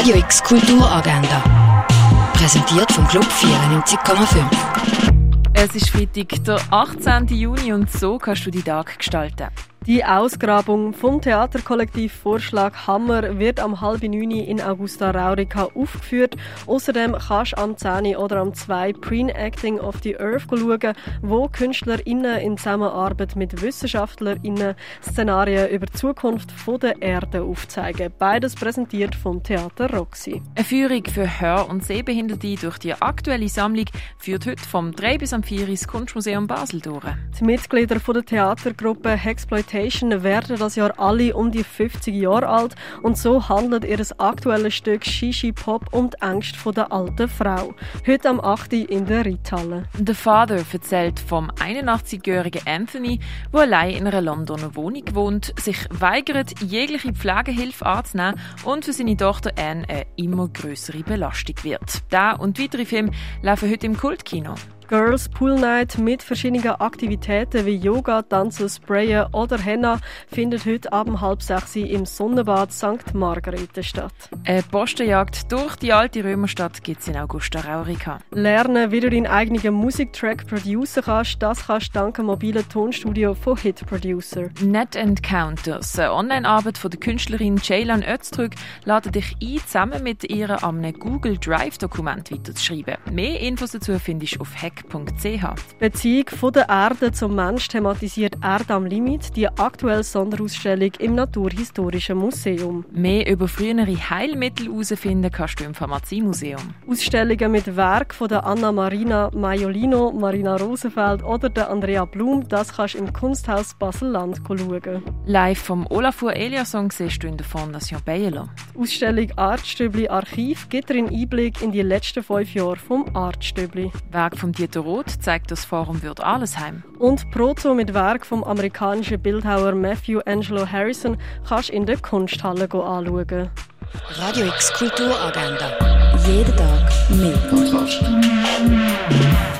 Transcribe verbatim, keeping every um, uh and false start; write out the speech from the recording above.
Radio X Kulturagenda. Präsentiert vom Club vierundneunzig Komma fünf. Es ist Freitag, der achtzehnten Juni, und so kannst du die Tag gestalten. Die Ausgrabung vom Theaterkollektiv Vorschlag Hammer wird am halb neun in Augusta Raurica aufgeführt. Außerdem kannst du am zehn oder am zwei Pre-Acting of the Earth schauen, wo KünstlerInnen in Zusammenarbeit mit WissenschaftlerInnen Szenarien über die Zukunft der Erde aufzeigen. Beides präsentiert vom Theater Roxy. Eine Führung für Hör- und Sehbehinderte durch die aktuelle Sammlung führt heute vom drei bis am vier ins Kunstmuseum Basel durch. Die Mitglieder der Theatergruppe Hexploitation werden das Jahr alle um die fünfzig Jahre alt, und so handelt ihr aktuelles Stück Shishi Pop um die Ängste der alten Frau. Heute am acht in der Reithalle. The Father erzählt vom einundachtzigjährigen Anthony, der allein in einer Londoner Wohnung wohnt, sich weigert, jegliche Pflegehilfe anzunehmen und für seine Tochter Anne eine immer grössere Belastung wird. Da und weitere Filme laufen heute im Kultkino. Girls Pool Night mit verschiedenen Aktivitäten wie Yoga, Tanzen, Sprayen oder Henna findet heute abend halb sechs im Sonnenbad Sankt Margarete statt. Eine Postenjagd durch die alte Römerstadt gibt es in Augusta Raurica. Lernen, wie du deinen eigenen Musiktrack producen kannst, das kannst du dank dem mobilen Tonstudio von Hit Producer. Net Encounters, eine Online-Arbeit von der Künstlerin Ceylan Öztürk, ladet dich ein, zusammen mit ihr an einem Google Drive-Dokument weiterzuschreiben. Mehr Infos dazu findest du auf hack punkt c h. Die Beziehung von der Erde zum Mensch thematisiert Erde am Limit, die aktuelle Sonderausstellung im Naturhistorischen Museum. Mehr über frühere Heilmittel herausfinden kannst du im Pharmaziemuseum. Ausstellungen mit Werken von der Anna Marina Maiolino, Marina Rosenfeld oder der Andrea Blum, das kannst du im Kunsthaus Basel-Land schauen. Live vom Olafur Eliasson siehst du in der Fondation Bayerlo. Die Ausstellung Artstübli Archiv gibt dir einen Einblick in die letzten fünf Jahre vom Artstübli. Werk von Dieter Roth zeigt das Forum Würth Allesheim. Und Proto mit Werk vom amerikanischen Bildhauer Matthew Angelo Harrison kannst du in der Kunsthalle anschauen. Radio X Kulturagenda. Jeden Tag mehr.